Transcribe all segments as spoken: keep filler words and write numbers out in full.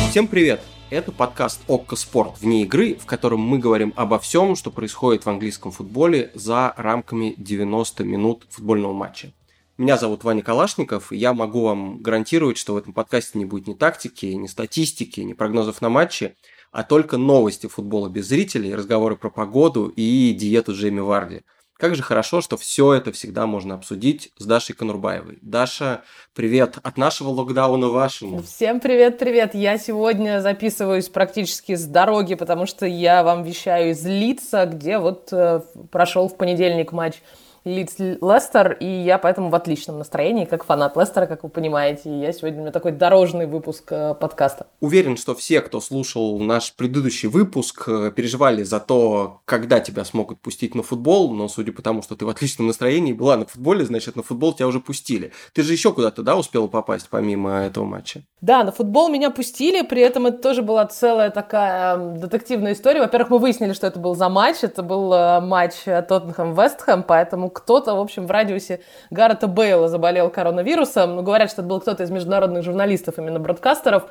Всем привет! Это подкаст «Окко Спорт вне игры», в котором мы говорим обо всем, что происходит в английском футболе за рамками девяноста минут футбольного матча. Меня зовут Ваня Калашников, и я могу вам гарантировать, что в этом подкасте не будет ни тактики, ни статистики, ни прогнозов на матчи, а только новости футбола без зрителей, разговоры про погоду и диету Джейми Варди. Как же хорошо, что все это всегда можно обсудить с Дашей Конурбаевой. Даша, привет от нашего локдауна вашему. Всем привет-привет. Я сегодня записываюсь практически с дороги, потому что я вам вещаю из Лидса, где вот э, прошел в понедельник матч Лидс-Лестер, и я поэтому в отличном настроении, как фанат Лестера, как вы понимаете. И я сегодня, у меня такой дорожный выпуск э, подкаста. Уверен, что все, кто слушал наш предыдущий выпуск, переживали за то, когда тебя смогут пустить на футбол, но судя по тому, что ты в отличном настроении была на футболе, значит, на футбол тебя уже пустили. Ты же еще куда-то, да, успела попасть помимо этого матча? Да, на футбол меня пустили, при этом это тоже была целая такая детективная история. Во-первых, мы выяснили, что это был за матч, это был матч Тоттенхэм-Вест Хэм, поэтому кто-то, в общем, в радиусе Гаррета Бейла заболел коронавирусом. Ну, говорят, что это был кто-то из международных журналистов, именно бродкастеров.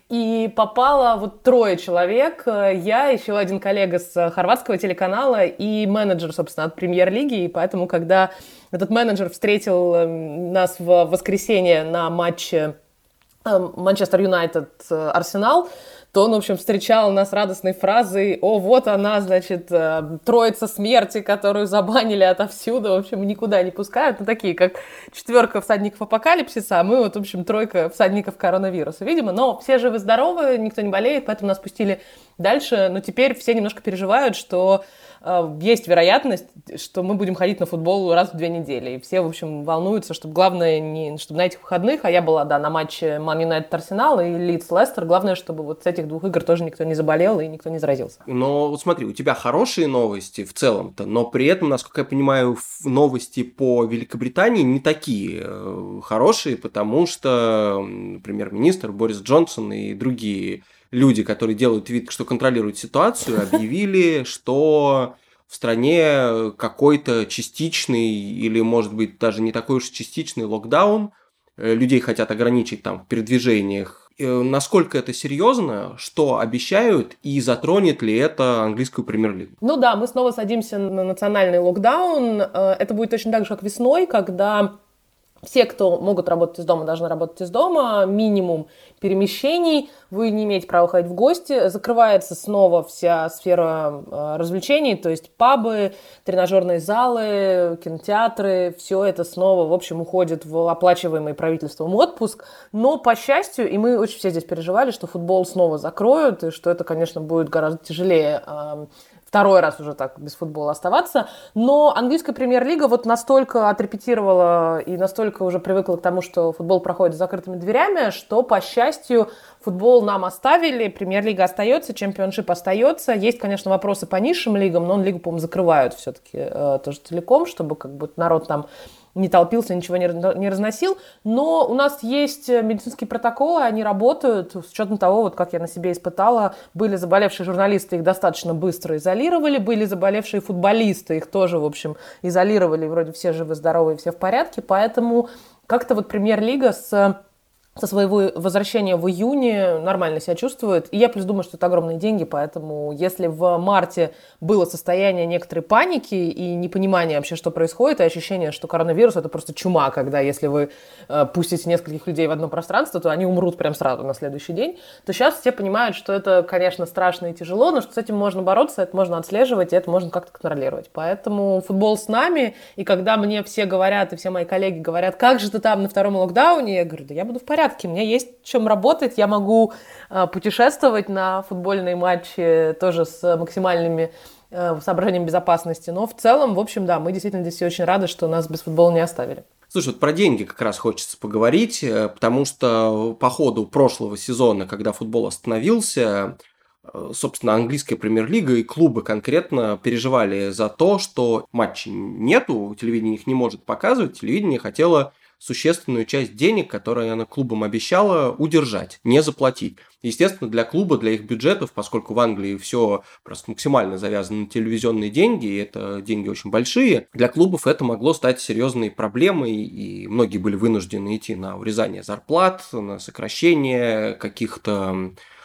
И попало вот трое человек. Я, еще один коллега с хорватского телеканала и менеджер, собственно, от премьер-лиги. И поэтому, когда этот менеджер встретил нас в воскресенье на матче Манчестер Юнайтед Арсенал, то он, в общем, встречал нас радостной фразой: «О, вот она, значит, троица смерти, которую забанили отовсюду, в общем, никуда не пускают». Ну, такие, как четверка всадников апокалипсиса, а мы вот, в общем, тройка всадников коронавируса, видимо. Но все живы-здоровы, никто не болеет, поэтому нас пустили дальше. Но теперь все немножко переживают, что э, есть вероятность, что мы будем ходить на футбол раз в две недели. И все, в общем, волнуются, чтобы главное, не, чтобы на этих выходных, а я была, да, на матче Ман Юнайтед Арсенал и Лидс-Лестер, главное, чтобы вот с этих двух игр тоже никто не заболел и никто не заразился. Но вот смотри, у тебя хорошие новости в целом-то, но при этом, насколько я понимаю, новости по Великобритании не такие хорошие, потому что премьер-министр Борис Джонсон и другие люди, которые делают вид, что контролируют ситуацию, объявили, что в стране какой-то частичный или, может быть, даже не такой уж частичный локдаун. Людей хотят ограничить там в передвижениях. Насколько это серьезно, что обещают и затронет ли это английскую премьер-лигу? Ну да, мы снова садимся на национальный локдаун. Это будет точно так же, как весной, когда все, кто могут работать из дома, должны работать из дома. Минимум перемещений. Вы не имеете права ходить в гости. Закрывается снова вся сфера э, развлечений, то есть пабы, тренажерные залы, кинотеатры. Все это снова, в общем, уходит в оплачиваемый правительством отпуск. Но, по счастью, и мы очень все здесь переживали, что футбол снова закроют, и что это, конечно, будет гораздо тяжелее э, второй раз уже так без футбола оставаться. Но английская премьер-лига вот настолько отрепетировала и настолько уже привыкла к тому, что футбол проходит с закрытыми дверями, что, по счастью, футбол нам оставили, премьер-лига остается, чемпионшип остается. Есть, конечно, вопросы по низшим лигам, но лигу, по-моему, закрывают все-таки э, тоже целиком, чтобы как бы народ там не толпился, ничего не, не разносил. Но у нас есть медицинские протоколы, они работают. С учетом того, вот как я на себе испытала, были заболевшие журналисты, их достаточно быстро изолировали, были заболевшие футболисты, их тоже, в общем, изолировали, вроде все живы-здоровы, все в порядке. Поэтому как-то вот премьер-лига с... со своего возвращения в июне нормально себя чувствует. И я плюс думаю, что это огромные деньги, поэтому если в марте было состояние некоторой паники и непонимания вообще, что происходит, и ощущение, что коронавирус – это просто чума, когда если вы э, пустите нескольких людей в одно пространство, то они умрут прям сразу на следующий день, то сейчас все понимают, что это, конечно, страшно и тяжело, но что с этим можно бороться, это можно отслеживать, и это можно как-то контролировать. Поэтому футбол с нами, и когда мне все говорят, и все мои коллеги говорят: как же ты там на втором локдауне, я говорю: да я буду в порядке. У меня есть чем работать, я могу э, путешествовать на футбольные матчи тоже с максимальными э, соображениями безопасности, но в целом, в общем, да, мы действительно здесь все очень рады, что нас без футбола не оставили. Слушай, вот про деньги как раз хочется поговорить, потому что по ходу прошлого сезона, когда футбол остановился, собственно, английская премьер-лига и клубы конкретно переживали за то, что матчей нету, телевидение их не может показывать, телевидение хотело существенную часть денег, которые она клубам обещала, удержать, не заплатить. Естественно, для клуба, для их бюджетов, поскольку в Англии все просто максимально завязано на телевизионные деньги, и это деньги очень большие, для клубов это могло стать серьезной проблемой, и многие были вынуждены идти на урезание зарплат, на сокращение каких-то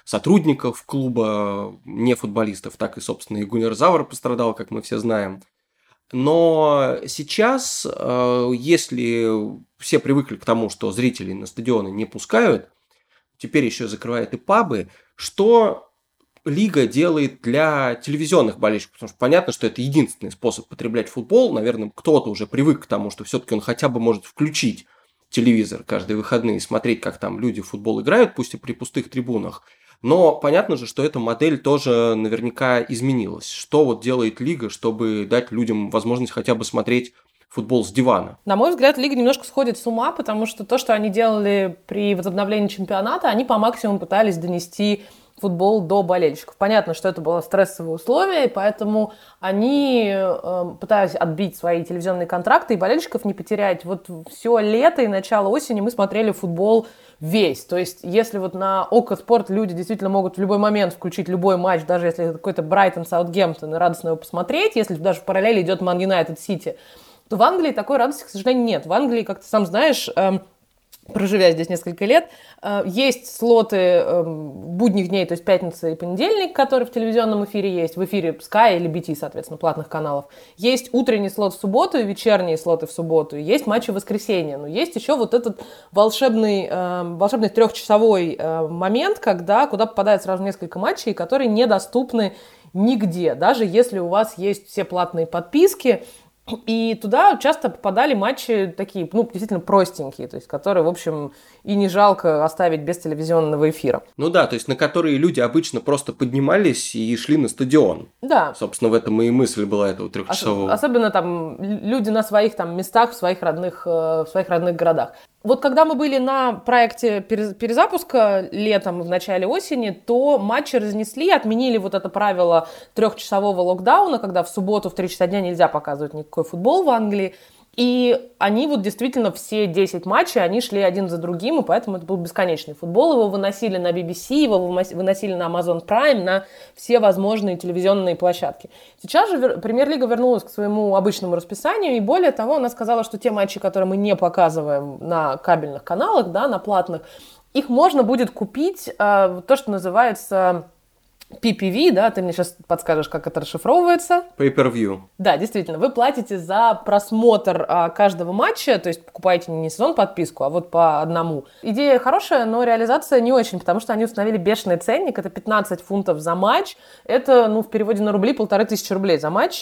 сотрудников клуба, не футболистов, так и, собственно, и Гуннер Завр пострадал, как мы все знаем. Но сейчас, если все привыкли к тому, что зрителей на стадионы не пускают, теперь еще закрывают и пабы, что лига делает для телевизионных болельщиков? Потому что понятно, что это единственный способ потреблять футбол. Наверное, кто-то уже привык к тому, что все-таки он хотя бы может включить телевизор каждые выходные и смотреть, как там люди в футбол играют, пусть и при пустых трибунах. Но понятно же, что эта модель тоже наверняка изменилась. Что вот делает лига, чтобы дать людям возможность хотя бы смотреть футбол с дивана? На мой взгляд, лига немножко сходит с ума, потому что то, что они делали при возобновлении чемпионата, они по максимуму пытались донести футбол до болельщиков. Понятно, что это было стрессовое условие, и поэтому они э, пытались отбить свои телевизионные контракты и болельщиков не потерять. Вот все лето и начало осени мы смотрели футбол весь. То есть, если вот на ОКО Спорт люди действительно могут в любой момент включить любой матч, даже если это какой-то Брайтон, Саутгемптон, и радостно его посмотреть, если даже в параллели идет Ман Юнайтед Сити, то в Англии такой радости, к сожалению, нет. В Англии, как ты сам знаешь, э, проживя здесь несколько лет, есть слоты будних дней, то есть пятница и понедельник, которые в телевизионном эфире есть, в эфире Sky или би ти, соответственно, платных каналов. Есть утренний слот в субботу и вечерние слоты в субботу, и есть матчи в воскресенье. Но есть еще вот этот волшебный, волшебный трехчасовой момент, когда, куда попадает сразу несколько матчей, которые недоступны нигде, даже если у вас есть все платные подписки. И туда часто попадали матчи такие, ну, действительно простенькие, то есть которые, в общем, и не жалко оставить без телевизионного эфира. Ну да, то есть на которые люди обычно просто поднимались и шли на стадион. Да. Собственно, в этом и мысль была этого трехчасового. Ос- особенно там люди на своих там местах, в своих родных, в своих родных городах. Вот когда мы были на проекте перезапуска летом, в начале осени, то матчи разнесли, отменили вот это правило трехчасового локдауна, когда в субботу в три часа дня нельзя показывать никакой футбол в Англии. И они вот действительно все десять матчей, они шли один за другим, и поэтому это был бесконечный футбол. Его выносили на би би си, его выносили на Amazon Prime, на все возможные телевизионные площадки. Сейчас же Премьер-лига вернулась к своему обычному расписанию, и более того, она сказала, что те матчи, которые мы не показываем на кабельных каналах, да, на платных, их можно будет купить, э, то, что называется пи пи ви, да, ты мне сейчас подскажешь, как это расшифровывается. Pay-per-view. Да, действительно, вы платите за просмотр а, каждого матча, то есть покупаете не сезон подписку, а вот по одному. Идея хорошая, но реализация не очень, потому что они установили бешеный ценник, это пятнадцать фунтов за матч, это, ну, в переводе на рубли полторы тысячи рублей за матч.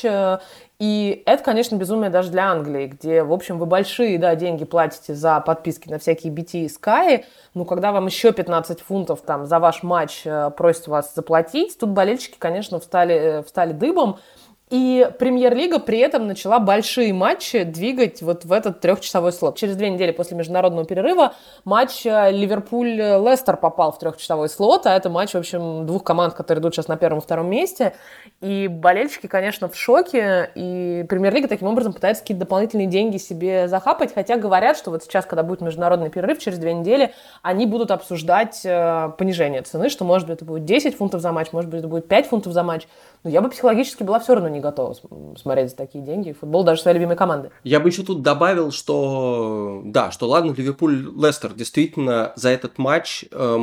И это, конечно, безумие даже для Англии, где, в общем, вы большие, да, деньги платите за подписки на всякие би ти и Sky, но когда вам еще пятнадцать фунтов там за ваш матч просят вас заплатить, тут болельщики, конечно, встали, встали дыбом. И Премьер-лига при этом начала большие матчи двигать вот в этот трехчасовой слот. Через две недели после международного перерыва матч Ливерпуль-Лестер попал в трехчасовой слот, а это матч, в общем, двух команд, которые идут сейчас на первом и втором месте. И болельщики, конечно, в шоке, и Премьер-лига таким образом пытается какие-то дополнительные деньги себе захапать, хотя говорят, что вот сейчас, когда будет международный перерыв, через две недели, они будут обсуждать э, понижение цены, что, может быть, это будет десять фунтов за матч, может быть, это будет пять фунтов за матч. Но я бы психологически была все равно не готова смотреть за такие деньги. Футбол даже своей любимой команды. Я бы еще тут добавил, что да, что ладно, Ливерпуль-Лестер, действительно, за этот матч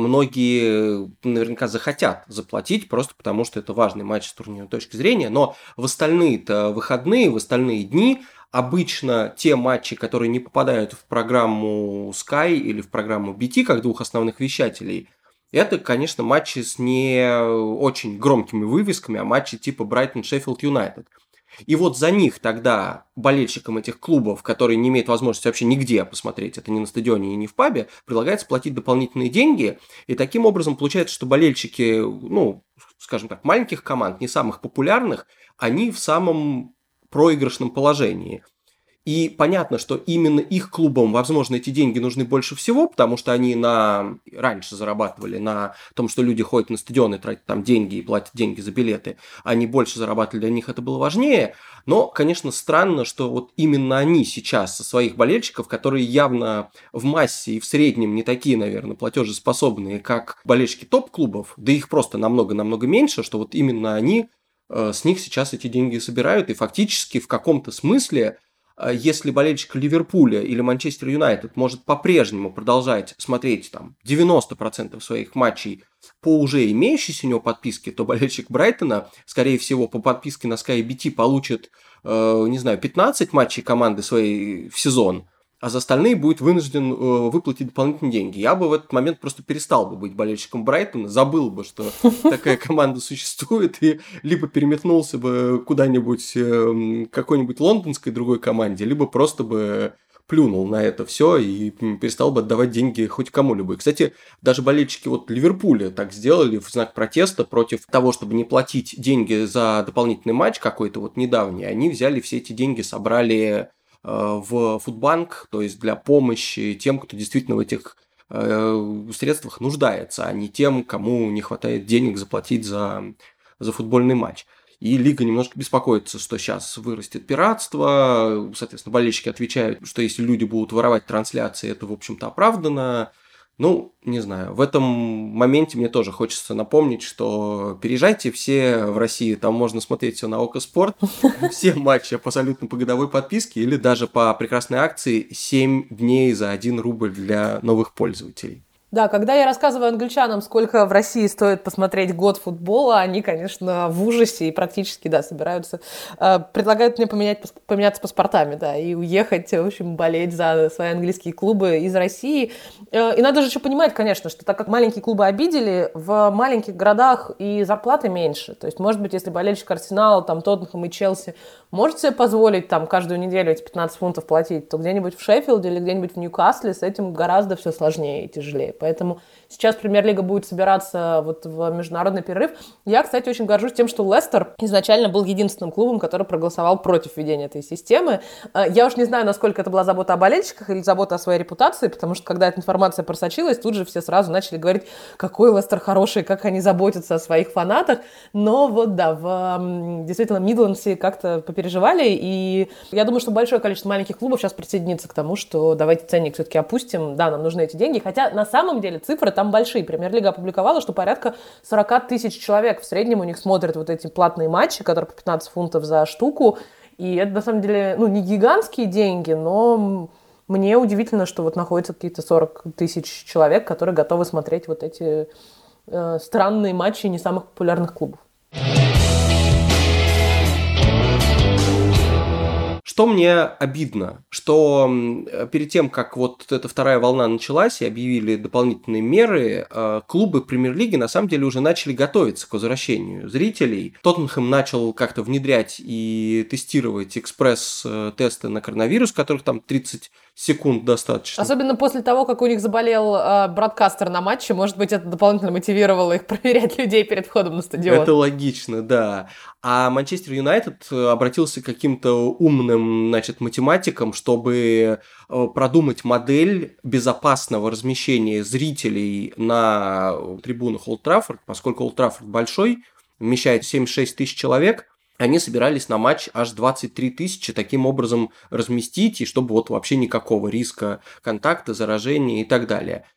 многие наверняка захотят заплатить, просто потому что это важный матч с турнирной точки зрения, но в остальные-то выходные, в остальные дни обычно те матчи, которые не попадают в программу Sky или в программу би ти, как двух основных вещателей, это, конечно, матчи с не очень громкими вывесками, а матчи типа Брайтон-Шеффилд Юнайтед. И вот за них тогда болельщикам этих клубов, которые не имеют возможности вообще нигде посмотреть, это ни на стадионе и не в пабе, предлагается платить дополнительные деньги. И таким образом получается, что болельщики, ну, скажем так, маленьких команд, не самых популярных, они в самом проигрышном положении. И понятно, что именно их клубам, возможно, эти деньги нужны больше всего, потому что они на... раньше зарабатывали на том, что люди ходят на стадионы, тратят там деньги и платят деньги за билеты. Они больше зарабатывали, для них это было важнее. Но, конечно, странно, что вот именно они сейчас со своих болельщиков, которые явно в массе и в среднем не такие, наверное, платежеспособные, как болельщики топ-клубов, да их просто намного-намного меньше, что вот именно они э, с них сейчас эти деньги собирают. И фактически в каком-то смысле если болельщик Ливерпуля или Манчестер Юнайтед может по-прежнему продолжать смотреть там девяносто процентов своих матчей по уже имеющейся у него подписке, то болельщик Брайтона, скорее всего, по подписке на Sky би ти получит, э, не знаю, пятнадцать матчей команды своей в сезон, а за остальные будет вынужден э, выплатить дополнительные деньги. Я бы в этот момент просто перестал бы быть болельщиком Брайтона, забыл бы, что такая команда существует, и либо переметнулся бы куда-нибудь э, к какой-нибудь лондонской другой команде, либо просто бы плюнул на это все и перестал бы отдавать деньги хоть кому-либо. И, кстати, даже болельщики вот Ливерпуля так сделали в знак протеста против того, чтобы не платить деньги за дополнительный матч какой-то вот недавний. Они взяли все эти деньги, собрали в Фудбанк, то есть для помощи тем, кто действительно в этих э, средствах нуждается, а не тем, кому не хватает денег заплатить за, за футбольный матч. И Лига немножко беспокоится, что сейчас вырастет пиратство, соответственно, болельщики отвечают, что если люди будут воровать трансляции, это, в общем-то, оправдано. Ну, не знаю, в этом моменте мне тоже хочется напомнить, что переезжайте все в Россию, там можно смотреть все на Око Спорт, все матчи абсолютно по годовой подписке или даже по прекрасной акции семь дней за один рубль для новых пользователей. Да, когда я рассказываю англичанам, сколько в России стоит посмотреть год футбола, они, конечно, в ужасе и практически, да, собираются, э, предлагают мне поменять, поменяться паспортами, да, и уехать, в общем, болеть за свои английские клубы из России. Э, и надо же еще понимать, конечно, что так как маленькие клубы обидели, в маленьких городах и зарплаты меньше. То есть, может быть, если болельщик Арсенала, там, Тоттенхэм и Челси может себе позволить там каждую неделю эти пятнадцать фунтов платить, то где-нибудь в Шеффилде или где-нибудь в Ньюкасле с этим гораздо все сложнее и тяжелее. Поэтому сейчас Премьер-лига будет собираться вот в международный перерыв. Я, кстати, очень горжусь тем, что Лестер изначально был единственным клубом, который проголосовал против введения этой системы. Я уж не знаю, насколько это была забота о болельщиках или забота о своей репутации, потому что когда эта информация просочилась, тут же все сразу начали говорить, какой Лестер хороший, как они заботятся о своих фанатах. Но вот да, в действительно Мидлендсе как-то попереживали, и я думаю, что большое количество маленьких клубов сейчас присоединится к тому, что давайте ценник все-таки опустим, да, нам нужны эти деньги, хотя на самом На самом деле цифры там большие. Премьер-лига опубликовала, что порядка сорок тысяч человек в среднем у них смотрят вот эти платные матчи, которые по пятнадцать фунтов за штуку. И это, на самом деле, ну, не гигантские деньги, но мне удивительно, что вот находятся какие-то сорок тысяч человек, которые готовы смотреть вот эти э, странные матчи не самых популярных клубов. Что мне обидно, что перед тем, как вот эта вторая волна началась и объявили дополнительные меры, клубы Премьер-лиги на самом деле уже начали готовиться к возвращению зрителей. Тоттенхэм начал как-то внедрять и тестировать экспресс-тесты на коронавирус, которых там тридцать секунд достаточно. Особенно после того, как у них заболел э, бродкастер на матче, может быть, это дополнительно мотивировало их проверять людей перед входом на стадион. Это логично, да. А Манчестер Юнайтед обратился к каким-то умным, значит, математикам, чтобы продумать модель безопасного размещения зрителей на трибунах Олд Траффорд, поскольку Олд Траффорд большой, вмещает семьдесят шесть тысяч человек. Они собирались на матч аж двадцать три тысячи таким образом разместить, и чтобы вот вообще никакого риска контакта, заражения и так далее.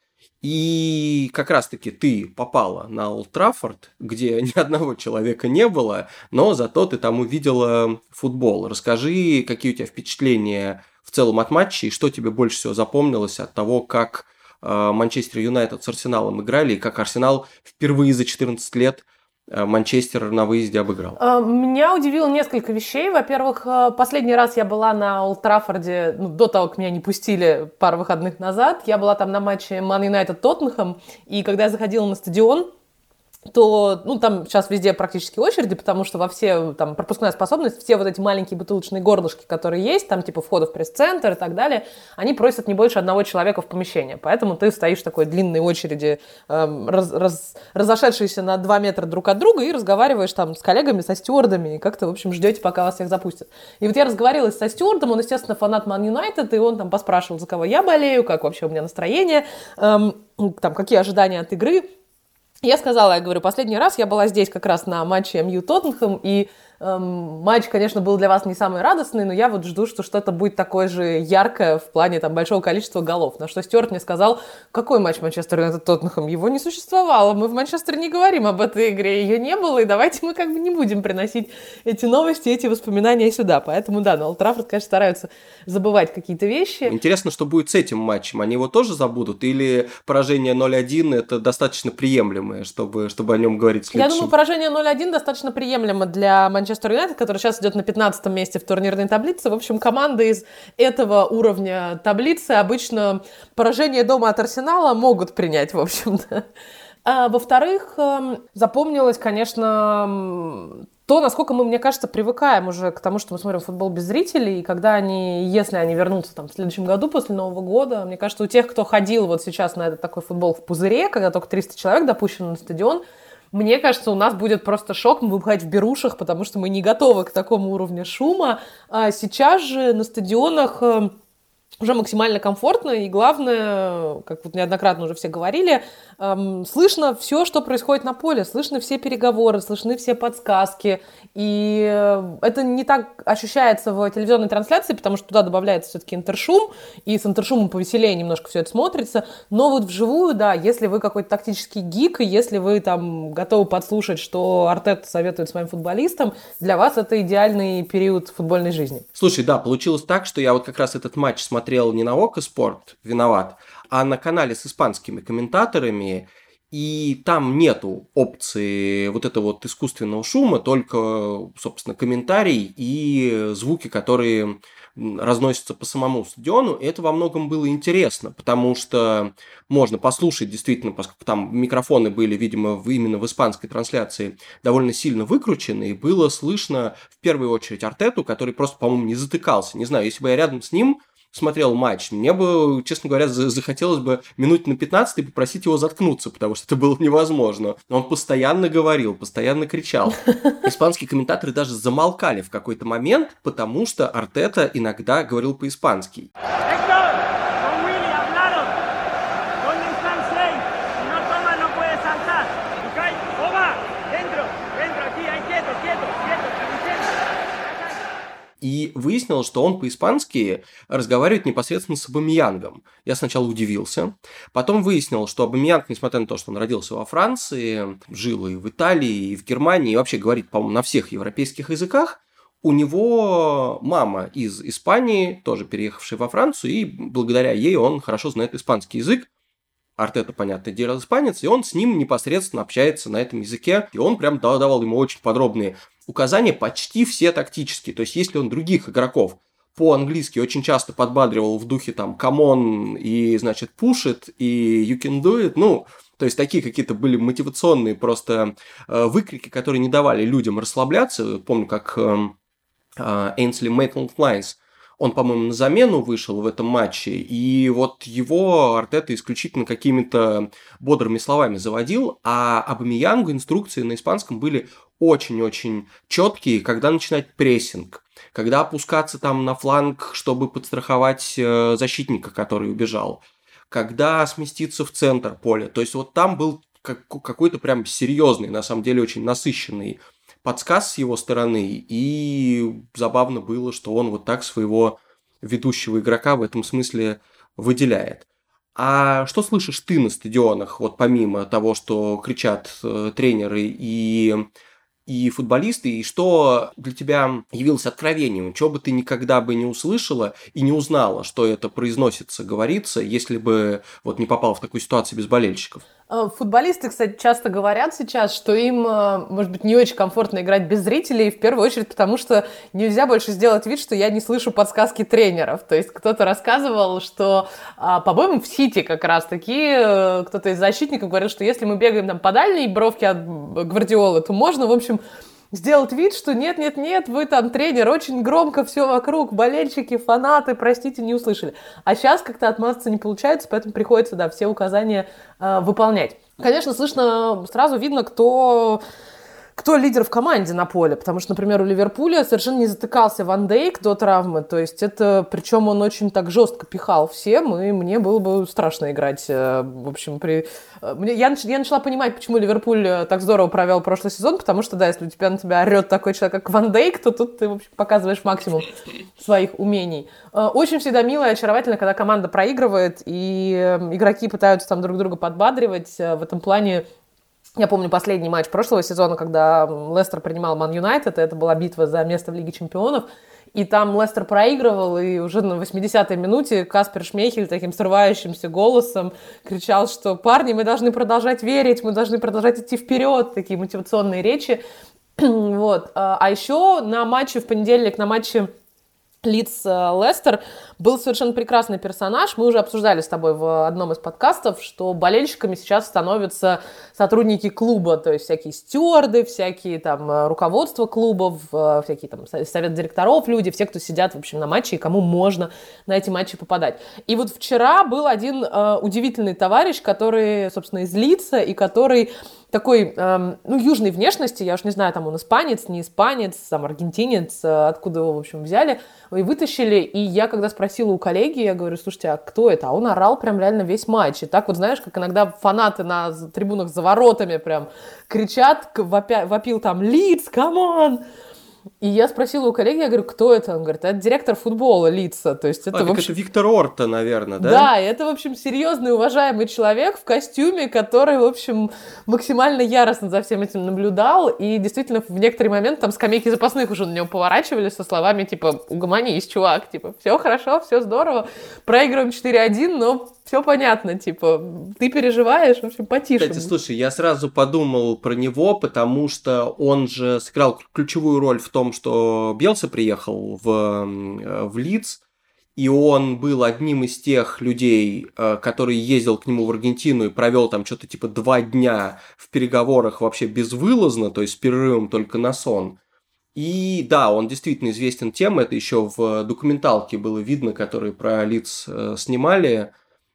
И как раз-таки ты попала на Олд Траффорд, где ни одного человека не было, но зато ты там увидела футбол. Расскажи, какие у тебя впечатления в целом от матча, и что тебе больше всего запомнилось от того, как Манчестер Юнайтед с Арсеналом играли, и как Арсенал впервые за четырнадцать лет Манчестер на выезде обыграл? Меня удивило несколько вещей. Во-первых, последний раз я была на Олд Траффорде, ну, до того, как меня не пустили пару выходных назад. Я была там на матче Ман Юнайтед Тоттенхэм, и когда я заходила на стадион, то, ну, там сейчас везде практически очереди, потому что во все, там, пропускная способность, все вот эти маленькие бутылочные горлышки, которые есть, там, типа, входа в пресс-центр и так далее, они просят не больше одного человека в помещение. Поэтому ты стоишь в такой длинной очереди, э, раз, раз, разошедшейся на два метра друг от друга, и разговариваешь там с коллегами, со стюардами, и как-то, в общем, ждете, пока вас всех запустят. И вот я разговаривала со стюардом, он, естественно, фанат Ман Юнайтед, и он там поспрашивал, за кого я болею, как вообще у меня настроение, э, там, какие ожидания от игры. Я сказала, я говорю, последний раз я была здесь как раз на матче эм ю Тоттенхэм, и эм, матч, конечно, был для вас не самый радостный, но я вот жду, что что-то будет такое же яркое в плане там большого количества голов. На что Стюарт мне сказал, какой матч Манчестер Юнайтед-Тоттенхэм? Его не существовало, мы в Манчестере не говорим об этой игре, ее не было, и давайте мы как бы не будем приносить эти новости, эти воспоминания сюда. Поэтому да, на Олд Траффорд, конечно, стараются забывать какие-то вещи. Интересно, что будет с этим матчем. Они его тоже забудут? Или поражение ноль один это достаточно приемлемое, чтобы, чтобы о нем говорить в следующем? Я думаю, поражение ноль один достаточно приемлемо для Манчестер Юнайтед, который сейчас идет на пятнадцатом месте в турнирной таблице. В общем, команды из этого уровня таблицы обычно поражение дома от Арсенала могут принять, в общем-то. А, во-вторых, запомнилось, конечно, то, насколько мы, мне кажется, привыкаем уже к тому, что мы смотрим футбол без зрителей, и когда они, если они вернутся там, в следующем году, после Нового года, мне кажется, у тех, кто ходил вот сейчас на этот такой футбол в пузыре, когда только триста человек допущено на стадион, мне кажется, у нас будет просто шок, мы будем ходить в берушах, потому что мы не готовы к такому уровню шума. А сейчас же на стадионах уже максимально комфортно, и главное, как вот неоднократно уже все говорили, эм, слышно все, что происходит на поле, слышно все переговоры, слышны все подсказки, и э, это не так ощущается в телевизионной трансляции, потому что туда добавляется все-таки интершум, и с интершумом повеселее немножко все это смотрится, но вот вживую, да, если вы какой-то тактический гик, и если вы там готовы подслушать, что Артета советует своим футболистам, для вас это идеальный период футбольной жизни. Слушай, да, получилось так, что я вот как раз этот матч смотрел не на Око Спорт, виноват, а на канале с испанскими комментаторами, и там нету опции вот этого вот искусственного шума, только, собственно, комментарий и звуки, которые разносятся по самому стадиону. И это во многом было интересно, потому что можно послушать действительно, поскольку там микрофоны были, видимо, в, именно в испанской трансляции довольно сильно выкручены, и было слышно в первую очередь Артету, который просто, по-моему, не затыкался. Не знаю, если бы я рядом с ним смотрел матч, мне бы, честно говоря, захотелось бы минут на пятнадцать попросить его заткнуться, потому что это было невозможно. Он постоянно говорил, постоянно кричал. Испанские комментаторы даже замолкали в какой-то момент, потому что Артета иногда говорил по-испански. И выяснилось, что он по-испански разговаривает непосредственно с Абамейянгом. Я сначала удивился. Потом выяснилось, что Абамейянг, несмотря на то, что он родился во Франции, жил и в Италии, и в Германии, и вообще говорит, по-моему, на всех европейских языках, у него мама из Испании, тоже переехавшая во Францию, и благодаря ей он хорошо знает испанский язык. Артета, понятное дело, испанец, и он с ним непосредственно общается на этом языке, и он прям давал ему очень подробные указания, почти все тактические. То есть, если он других игроков по-английски очень часто подбадривал в духе там «come on» и, значит, «push it» и «you can do it», ну, то есть, такие какие-то были мотивационные просто э, выкрики, которые не давали людям расслабляться. Помню, как э, э, Эйнсли Мейтленд-Клайнс, он, по-моему, на замену вышел в этом матче, и вот его Артета исключительно какими-то бодрыми словами заводил, а Абамейянгу инструкции на испанском были очень-очень четкие, когда начинать прессинг, когда опускаться там на фланг, чтобы подстраховать э, защитника, который убежал, когда сместиться в центр поля. То есть вот там был как- какой-то прям серьезный, на самом деле очень насыщенный подсказ с его стороны, и забавно было, что он вот так своего ведущего игрока в этом смысле выделяет. А что слышишь ты на стадионах, вот помимо того, что кричат э, тренеры и, и футболисты, и что для тебя явилось откровением, чего бы ты никогда бы не услышала и не узнала, что это произносится, говорится, если бы вот не попал в такую ситуацию без болельщиков? Футболисты, кстати, часто говорят сейчас, что им, может быть, не очень комфортно играть без зрителей, в первую очередь потому, что нельзя больше сделать вид, что я не слышу подсказки тренеров. То есть кто-то рассказывал, что, по-моему, в Сити как раз-таки кто-то из защитников говорил, что если мы бегаем там по дальней бровке от Гвардиолы, то можно, в общем, сделать вид, что нет-нет-нет, вы там тренер, очень громко все вокруг, болельщики, фанаты, простите, не услышали. А сейчас как-то отмазаться не получается, поэтому приходится, да, все указания э, выполнять. Конечно, слышно, сразу видно, кто кто лидер в команде на поле, потому что, например, у Ливерпуля совершенно не затыкался Ван Дейк до травмы, то есть это, причем он очень так жестко пихал всем, и мне было бы страшно играть, в общем, при... Мне, я, нач... я начала понимать, почему Ливерпуль так здорово провел прошлый сезон, потому что, да, если у тебя на тебя орет такой человек, как Ван Дейк, то тут ты, в общем, показываешь максимум своих умений. Очень всегда мило и очаровательно, когда команда проигрывает, и игроки пытаются там друг друга подбадривать, в этом плане. Я помню последний матч прошлого сезона, когда Лестер принимал Ман Юнайтед, это была битва за место в Лиге Чемпионов, и там Лестер проигрывал, и уже на восьмидесятой минуте Каспер Шмейхель таким срывающимся голосом кричал, что «Парни, мы должны продолжать верить, мы должны продолжать идти вперед», такие мотивационные речи. Вот. А еще на матче в понедельник, на матче Лидс-Лестер был совершенно прекрасный персонаж. Мы уже обсуждали с тобой в одном из подкастов, что болельщиками сейчас становятся сотрудники клуба, то есть всякие стюарды, всякие там руководства клубов, всякие там совет директоров, люди, все, кто сидят, в общем, на матче, и кому можно на эти матчи попадать. И вот вчера был один э, удивительный товарищ, который, собственно, из Лидса, и который такой, э, ну, южной внешности, я уж не знаю, там он испанец, не испанец, там аргентинец, откуда его, в общем, взяли, и вытащили, и я, когда спросила у коллеги, я говорю, слушайте, а кто это? А он орал прям реально весь матч, и так вот, знаешь, как иногда фанаты на трибунах за воротами прям кричат, вопя, вопил там «Лидс, камон!» И я спросила у коллеги, я говорю, кто это? Он говорит, это директор футбола Лидса. То есть это, а, в общем... это Виктор Орта, наверное, да? Да, это, в общем, серьезный, уважаемый человек в костюме, который, в общем, максимально яростно за всем этим наблюдал. И действительно, в некоторые моменты там скамейки запасных уже на него поворачивались со словами, типа, угомонись, чувак, типа, все хорошо, все здорово, проигрываем четыре один, но все понятно, типа, ты переживаешь, в общем, потише. Кстати, слушай, я сразу подумал про него, потому что он же сыграл ключевую роль в том, что Бьелса приехал в, в Лидс, и он был одним из тех людей, который ездил к нему в Аргентину и провел там что-то типа два дня в переговорах вообще безвылазно, то есть с перерывом только на сон. И да, он действительно известен тем, это еще в документалке было видно, которые про Лидс снимали,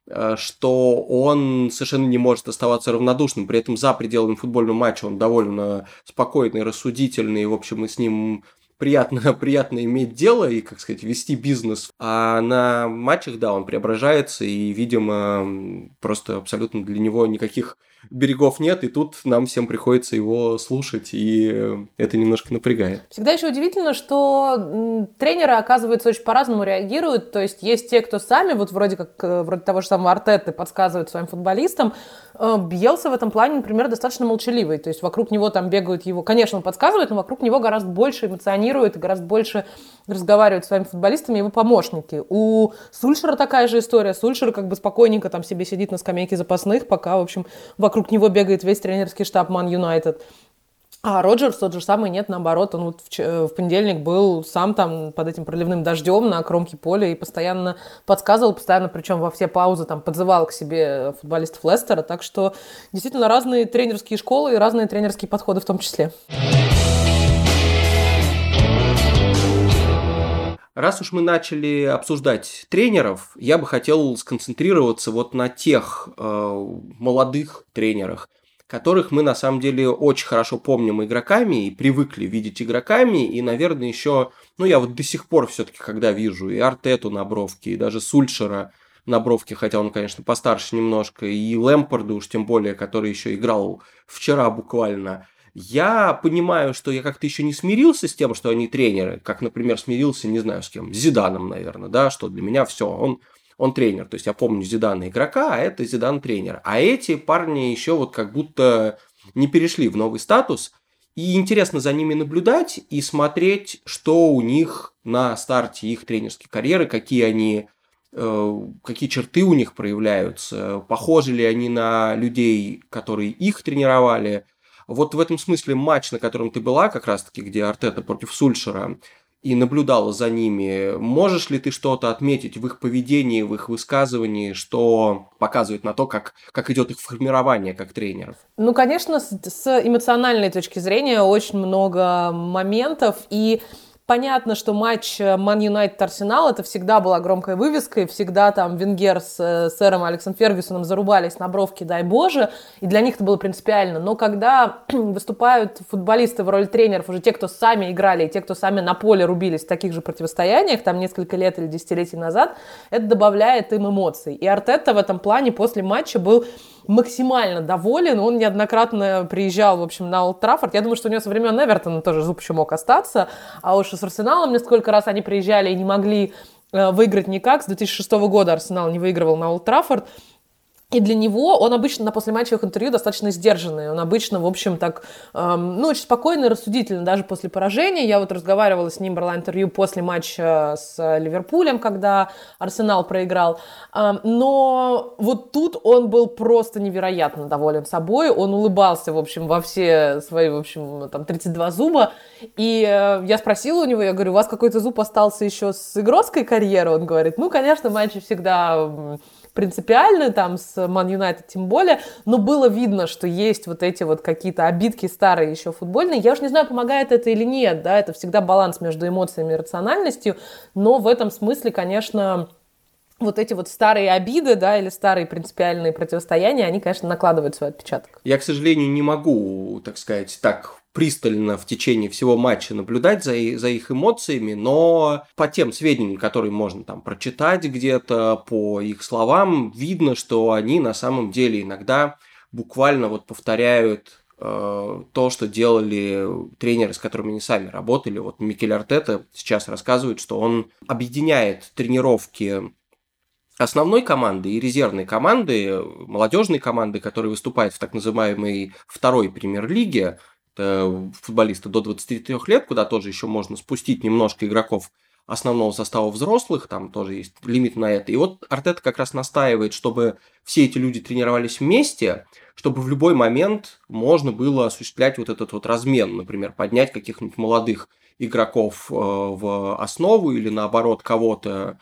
что он совершенно не может оставаться равнодушным, при этом за пределами футбольного матча он довольно спокойный, рассудительный, в общем, и с ним приятно, приятно иметь дело и, как сказать, вести бизнес. А на матчах, да, он преображается, и, видимо, просто абсолютно для него никаких берегов нет, и тут нам всем приходится его слушать, и это немножко напрягает. Всегда еще удивительно, что тренеры, оказывается, очень по-разному реагируют, то есть есть те, кто сами, вот вроде как, вроде того же самого Артеты, подсказывают своим футболистам. Бьелса в этом плане, например, достаточно молчаливый, то есть вокруг него там бегают его, конечно, он подсказывает, но вокруг него гораздо больше эмоционирует, гораздо больше разговаривают с своими футболистами его помощники. У Сульшера такая же история, Сульшер как бы спокойненько там себе сидит на скамейке запасных, пока, в общем, вокруг него бегает весь тренерский штаб Ман Юнайтед. А Роджерс тот же самый, нет, наоборот, он вот в, в понедельник был сам там под этим проливным дождем на кромке поля и постоянно подсказывал, постоянно, причем во все паузы там подзывал к себе футболистов Лестера, так что действительно разные тренерские школы и разные тренерские подходы в том числе. Раз уж мы начали обсуждать тренеров, я бы хотел сконцентрироваться вот на тех э, молодых тренерах, которых мы на самом деле очень хорошо помним игроками и привыкли видеть игроками, и, наверное, еще, ну, я вот до сих пор все-таки, когда вижу и Артету на бровке, и даже Сульшера на бровке, хотя он, конечно, постарше немножко, и Лэмпарда уж тем более, который еще играл вчера буквально, я понимаю, что я как-то еще не смирился с тем, что они тренеры, как, например, смирился, не знаю с кем, с Зиданом, наверное, да, что для меня все, он, он тренер, то есть я помню Зидана игрока, а это Зидан тренер, а эти парни еще вот как будто не перешли в новый статус, и интересно за ними наблюдать и смотреть, что у них на старте их тренерской карьеры, какие они, э, какие черты у них проявляются, похожи ли они на людей, которые их тренировали. Вот в этом смысле матч, на котором ты была, как раз-таки, где Артета против Сульшера, и наблюдала за ними, можешь ли ты что-то отметить в их поведении, в их высказывании, что показывает на то, как, как идет их формирование как тренеров? Ну, конечно, с, с эмоциональной точки зрения очень много моментов, и Понятно, что матч Ман Юнайтед-Арсенал это всегда была громкой вывеской, всегда там Венгер с э, сэром Алексом Фергюсоном зарубались на бровки, дай боже, и для них это было принципиально. Но когда выступают футболисты в роли тренеров, уже те, кто сами играли, и те, кто сами на поле рубились в таких же противостояниях, там несколько лет или десятилетий назад, это добавляет им эмоций. И Артета в этом плане после матча был максимально доволен. Он неоднократно приезжал, в общем, на Олд Траффорд. Я думаю, что у него со времен Эвертона тоже зуб еще мог остаться. А уж с Арсеналом несколько раз они приезжали и не могли э, выиграть никак. С две тысячи шестого года Арсенал не выигрывал на Олд Траффорд. И для него он обычно на послематчевых интервью достаточно сдержанный. Он обычно, в общем, так, эм, ну, очень спокойно и рассудительно, даже после поражения. Я вот разговаривала с ним, брала интервью после матча с Ливерпулем, когда Арсенал проиграл. Эм, но вот тут он был просто невероятно доволен собой. Он улыбался, в общем, во все свои, в общем, там, тридцать два зуба. И э, я спросила у него, я говорю, у вас какой-то зуб остался еще с игротской карьеры? Он говорит, ну, конечно, матчи всегда... принципиально, там, с Ман Юнайтед тем более, но было видно, что есть вот эти вот какие-то обидки старые еще футбольные. Я уж не знаю, помогает это или нет, да, это всегда баланс между эмоциями и рациональностью, но в этом смысле, конечно, вот эти вот старые обиды, да, или старые принципиальные противостояния, они, конечно, накладывают свой отпечаток. Я, к сожалению, не могу, так сказать, так пристально в течение всего матча наблюдать за, за их эмоциями, но по тем сведениям, которые можно там прочитать где-то, по их словам, видно, что они на самом деле иногда буквально вот повторяют э, то, что делали тренеры, с которыми они сами работали. Вот Микель Артета сейчас рассказывает, что он объединяет тренировки основной команды и резервной команды, молодежной команды, которая выступает в так называемой второй премьер-лиге, это футболисты до двадцати трёх лет, куда тоже еще можно спустить немножко игроков основного состава взрослых, там тоже есть лимит на это. И вот Артета как раз настаивает, чтобы все эти люди тренировались вместе, чтобы в любой момент можно было осуществлять вот этот вот размен, например, поднять каких-нибудь молодых игроков в основу или наоборот кого-то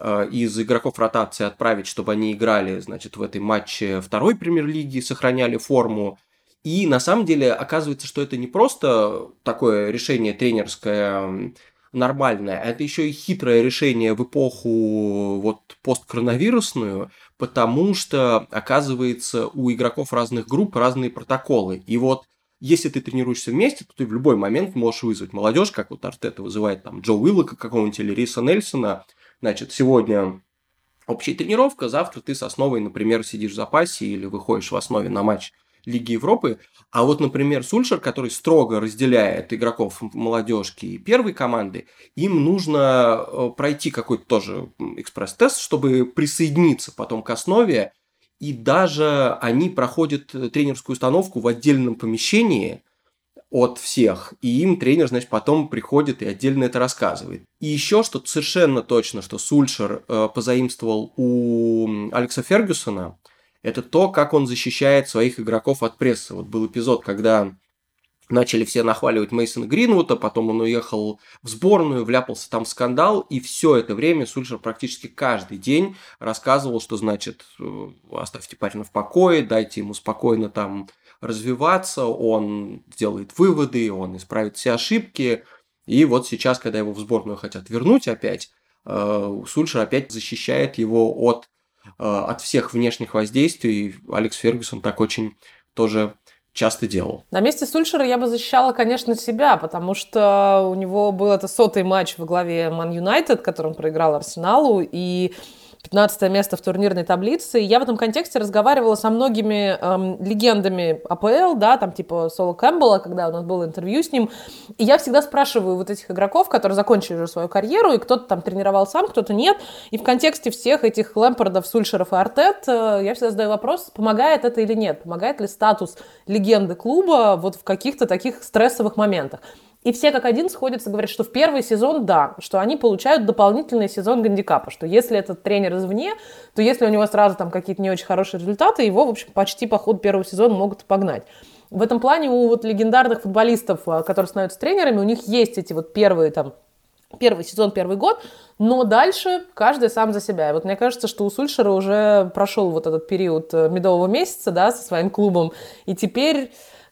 из игроков ротации отправить, чтобы они играли, значит, в этой матче второй премьер-лиги, сохраняли форму. И на самом деле оказывается, что это не просто такое решение тренерское нормальное, а это еще и хитрое решение в эпоху вот посткоронавирусную, потому что, оказывается, у игроков разных групп разные протоколы. И вот если ты тренируешься вместе, то ты в любой момент можешь вызвать молодежь, как вот Артета вызывает там Джо Уиллока какого-нибудь или Риса Нельсона. Значит, сегодня общая тренировка, завтра ты с основой, например, сидишь в запасе или выходишь в основе на матч Лиги Европы. А вот, например, Сульшер, который строго разделяет игроков молодежки и первой команды, им нужно пройти какой-то тоже экспресс-тест, чтобы присоединиться потом к основе. И даже они проходят тренерскую установку в отдельном помещении от всех, и им тренер, значит, потом приходит и отдельно это рассказывает. И еще что-то совершенно точно, что Сульшер э, позаимствовал у Алекса Фергюсона, это то, как он защищает своих игроков от прессы. Вот был эпизод, когда начали все нахваливать Мейсона Гринвуда, потом он уехал в сборную, вляпался там в скандал, и все это время Сульшер практически каждый день рассказывал, что, значит, оставьте парня в покое, дайте ему спокойно там развиваться, он сделает выводы, он исправит все ошибки. И вот сейчас, когда его в сборную хотят вернуть опять, Сульшер опять защищает его от, от всех внешних воздействий. Алекс Фергюсон так очень тоже часто делал. На месте Сульшера я бы защищала, конечно, себя, потому что у него был это сотый матч во главе Ман Юнайтед, которым проиграл Арсеналу, и пятнадцатое место в турнирной таблице. И я в этом контексте разговаривала со многими эм, легендами АПЛ, да, там типа Соло Кэмпбелла, когда у нас было интервью с ним. И я всегда спрашиваю вот этих игроков, которые закончили уже свою карьеру, и кто-то там тренировал сам, кто-то нет. И в контексте всех этих Лэмпардов, Сульшеров и Артет э, я всегда задаю вопрос, помогает это или нет? Помогает ли статус легенды клуба вот в каких-то таких стрессовых моментах? И все как один сходятся, говорят, что в первый сезон, да, что они получают дополнительный сезон гандикапа, что если этот тренер извне, то если у него сразу там какие-то не очень хорошие результаты, его, в общем, почти по ходу первого сезона могут погнать. В этом плане у вот легендарных футболистов, которые становятся тренерами, у них есть эти вот первые там, первый сезон, первый год, но дальше каждый сам за себя. И вот мне кажется, что у Сульшера уже прошел вот этот период медового месяца, да, со своим клубом, и теперь...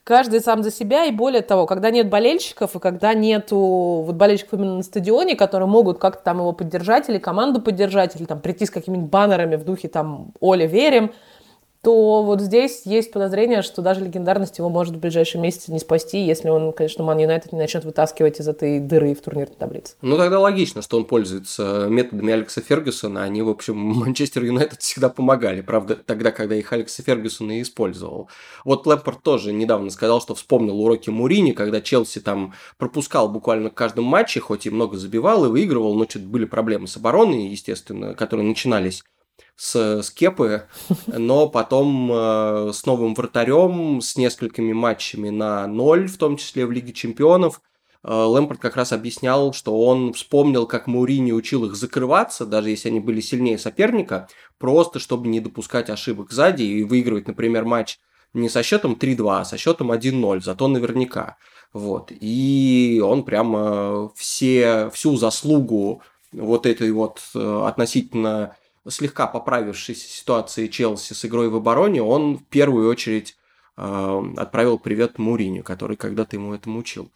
каждый сам за себя, и более того, когда нет болельщиков, и когда нету вот болельщиков именно на стадионе, которые могут как-то там его поддержать, или команду поддержать, или там прийти с какими-нибудь баннерами в духе там «Оля, верим», то вот здесь есть подозрение, что даже легендарность его может в ближайшие месяцы не спасти, если он, конечно, Ман Юнайтед не начнет вытаскивать из этой дыры в турнирной таблице. Ну, тогда логично, что он пользуется методами Алекса Фергюсона. Они, в общем, Манчестер Юнайтед всегда помогали. Правда, тогда, когда их Алекса Фергюсона и использовал. Вот Лэмпард тоже недавно сказал, что вспомнил уроки Мурини, когда Челси там пропускал буквально в каждом матче, хоть и много забивал и выигрывал, но что-то были проблемы с обороной, естественно, которые начинались с Скепы, но потом э, с новым вратарем, с несколькими матчами на ноль, в том числе в Лиге Чемпионов, э, Лэмпард как раз объяснял, что он вспомнил, как Мауриньо учил их закрываться, даже если они были сильнее соперника, просто чтобы не допускать ошибок сзади и выигрывать, например, матч не со счетом три-два, а со счетом один-ноль, зато наверняка. Вот. И он прямо все, всю заслугу вот этой вот э, относительно слегка поправившейся ситуации Челси с игрой в обороне, он в первую очередь э, отправил привет Муринью, который когда-то ему этому учил.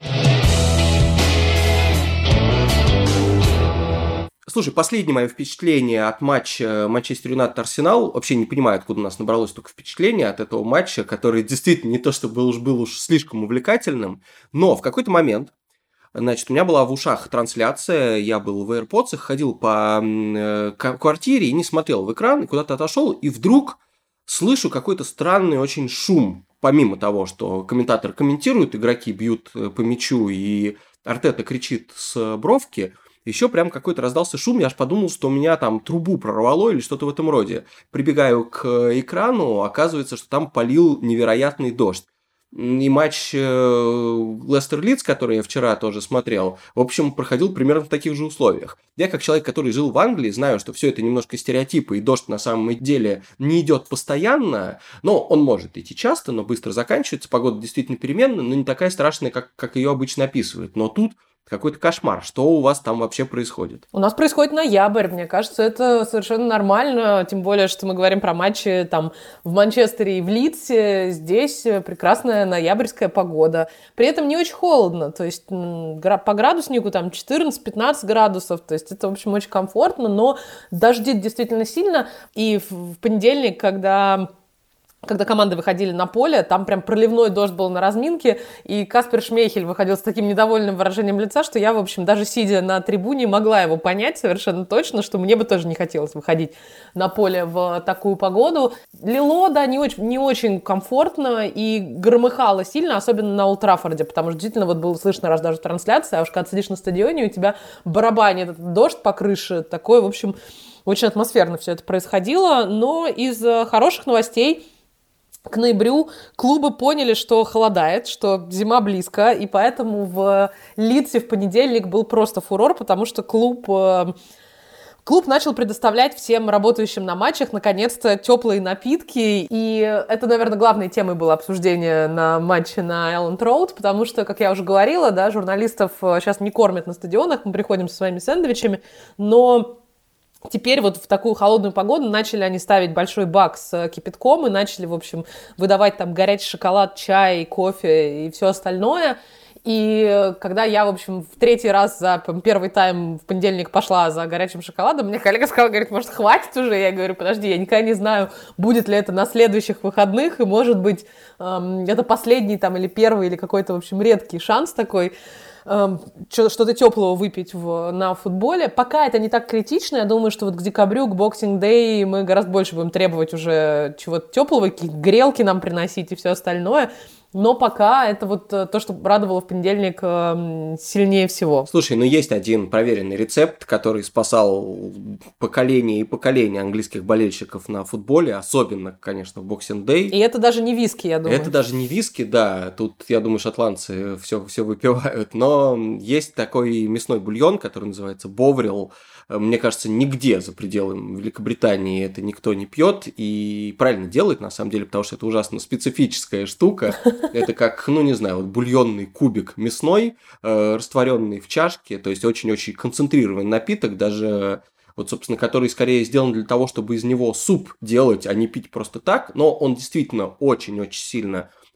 Слушай, последнее мое впечатление от матча Манчестер Юнайтед-Арсенал. Вообще не понимаю, откуда у нас набралось только впечатление от этого матча, который действительно не то чтобы уж был уж слишком увлекательным, но в какой-то момент, значит, у меня была в ушах трансляция, я был в AirPods, ходил по э, квартире и не смотрел в экран, и куда-то отошел, и вдруг слышу какой-то странный очень шум. Помимо того, что комментатор комментирует, игроки бьют по мячу, и Артета кричит с бровки, еще прям какой-то раздался шум, я аж подумал, что у меня там трубу прорвало или что-то в этом роде. Прибегаю к экрану, оказывается, что там полил невероятный дождь. И матч Лестер-Лидс, который я вчера тоже смотрел, в общем, проходил примерно в таких же условиях. Я, как человек, который жил в Англии, знаю, что все это немножко стереотипы, и дождь на самом деле не идет постоянно, но он может идти часто, но быстро заканчивается, погода действительно переменная, но не такая страшная, как, как ее обычно описывают. Но тут какой-то кошмар. Что у вас там вообще происходит? У нас происходит ноябрь. Мне кажется, это совершенно нормально. Тем более, что мы говорим про матчи там в Манчестере и в Лидсе. Здесь прекрасная ноябрьская погода. При этом не очень холодно. То есть по градуснику там четырнадцать-пятнадцать градусов. То есть это, в общем, очень комфортно. Но дождит действительно сильно. И в понедельник, когда... Когда команды выходили на поле, там прям проливной дождь был на разминке, и Каспер Шмейхель выходил с таким недовольным выражением лица, что я, в общем, даже сидя на трибуне, могла его понять совершенно точно, что мне бы тоже не хотелось выходить на поле в такую погоду. Лило, да, не очень, не очень комфортно и громыхало сильно, особенно на Олд Траффорде, потому что действительно вот было слышно раз даже трансляция, а уж когда сидишь на стадионе, у тебя барабанит этот дождь по крыше, такое, в общем, очень атмосферно все это происходило, но из хороших новостей к ноябрю клубы поняли, что холодает, что зима близко, и поэтому в Лидсе в понедельник был просто фурор, потому что клуб, клуб начал предоставлять всем работающим на матчах наконец-то теплые напитки, и это, наверное, главной темой было обсуждение на матче на Элленд Роуд, потому что, как я уже говорила, да, журналистов сейчас не кормят на стадионах, мы приходим со своими сэндвичами, но... Теперь вот в такую холодную погоду начали они ставить большой бак с кипятком и начали, в общем, выдавать там горячий шоколад, чай, кофе и все остальное. И когда я, в общем, в третий раз за первый тайм в понедельник пошла за горячим шоколадом, мне коллега сказал, говорит, может, хватит уже? Я говорю, подожди, я никогда не знаю, будет ли это на следующих выходных, и, может быть, эм, это последний там или первый, или какой-то, в общем, редкий шанс такой, что-то теплого выпить в, на футболе. Пока это не так критично, я думаю, что вот к декабрю, к Boxing Day мы гораздо больше будем требовать уже чего-то теплого, какие-то грелки нам приносить и все остальное. Но пока это вот то, что радовало в понедельник сильнее всего. Слушай, ну есть один проверенный рецепт, который спасал поколения и поколения английских болельщиков на футболе, особенно, конечно, в Boxing Day. И это даже не виски, я думаю. Это даже не виски, да. Тут, я думаю, шотландцы все, все выпивают. Но есть такой мясной бульон, который называется боврил. Мне кажется, нигде за пределами Великобритании это никто не пьет и правильно делает, на самом деле, потому что это ужасно специфическая штука. Это как, ну, не знаю, вот бульонный кубик мясной, э, растворенный в чашке, то есть очень-очень концентрированный напиток, даже, вот, собственно, который скорее сделан для того, чтобы из него суп делать, а не пить просто так, но он действительно очень-очень сильно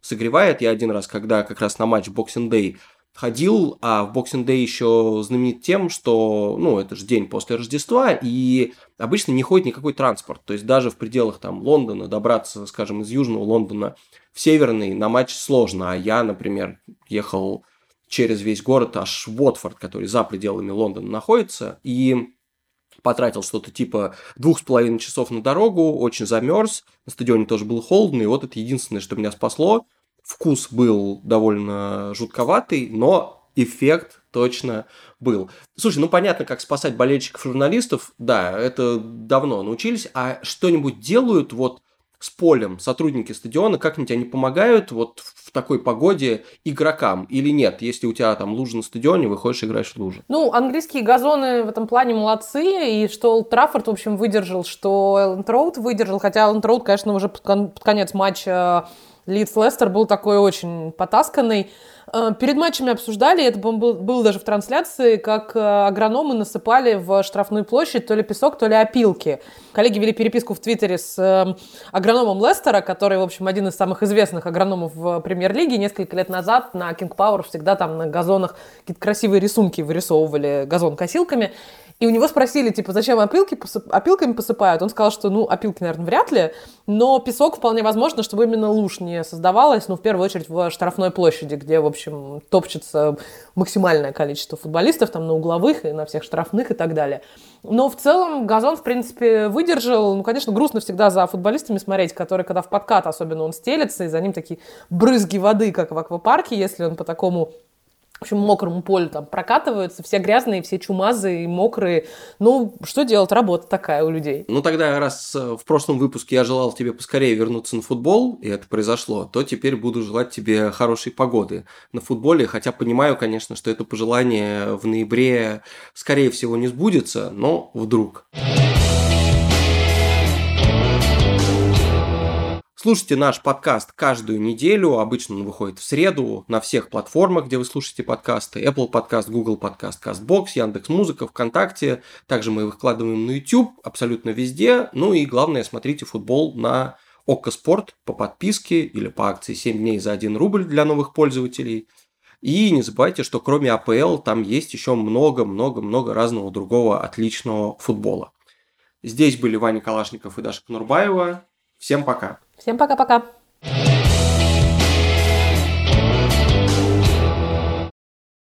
согревает. Я один раз, когда как раз на матч Boxing Day ходил, а в Boxing Day еще знаменит тем, что, ну, это же день после Рождества, и обычно не ходит никакой транспорт. То есть даже в пределах там Лондона добраться, скажем, из Южного Лондона в Северный на матч сложно. А я, например, ехал через весь город аж в Уотфорд, который за пределами Лондона находится, и потратил что-то типа двух с половиной часов на дорогу, очень замерз, на стадионе тоже было холодно, и вот это единственное, что меня спасло. Вкус был довольно жутковатый, но эффект точно был. Слушай, ну понятно, как спасать болельщиков, журналистов, да, это давно научились, а что-нибудь делают вот с полем сотрудники стадиона, как-нибудь они помогают вот в такой погоде игрокам или нет? Если у тебя там лужа на стадионе, выходишь и играешь в луже. Ну, английские газоны в этом плане молодцы, и что Олд Траффорд, в общем, выдержал, что Элленд Роуд выдержал, хотя Элленд Роуд, конечно, уже под, кон- под конец матча Лидс-Лестер был такой очень потасканный. Перед матчами обсуждали, это был, был даже в трансляции, как агрономы насыпали в штрафную площадь то ли песок, то ли опилки. Коллеги вели переписку в Твиттере с агрономом Лестера, который, в общем, один из самых известных агрономов в премьер-лиге. Несколько лет назад на King Power всегда там на газонах какие-то красивые рисунки вырисовывали газон косилками. И у него спросили, типа, зачем опилки посып... опилками посыпают? Он сказал, что, ну, опилки, наверное, вряд ли, но песок вполне возможно, чтобы именно луж не создавалось, ну, в первую очередь в штрафной площади, где, в общем, топчется максимальное количество футболистов, там, на угловых и на всех штрафных и так далее. Но в целом газон, в принципе, выдержал. Ну, конечно, грустно всегда за футболистами смотреть, которые, когда в подкат особенно он стелется, и за ним такие брызги воды, как в аквапарке, если он по такому... В общем, мокрому полю там прокатываются, все грязные, все чумазые, мокрые. Ну, что делать? Работа такая у людей. Ну, тогда, раз в прошлом выпуске я желал тебе поскорее вернуться на футбол, и это произошло, то теперь буду желать тебе хорошей погоды на футболе, хотя понимаю, конечно, что это пожелание в ноябре, скорее всего, не сбудется, но вдруг. Слушайте наш подкаст каждую неделю, обычно он выходит в среду на всех платформах, где вы слушаете подкасты. Apple Podcast, Google Podcast, CastBox, Яндекс.Музыка, ВКонтакте. Также мы выкладываем на YouTube, абсолютно везде. Ну и главное, смотрите футбол на Око Спорт по подписке или по акции семь дней за один рубль для новых пользователей. И не забывайте, что кроме АПЛ там есть еще много-много-много разного другого отличного футбола. Здесь были Ваня Калашников и Даша Конурбаева. Всем пока! Всем пока-пока!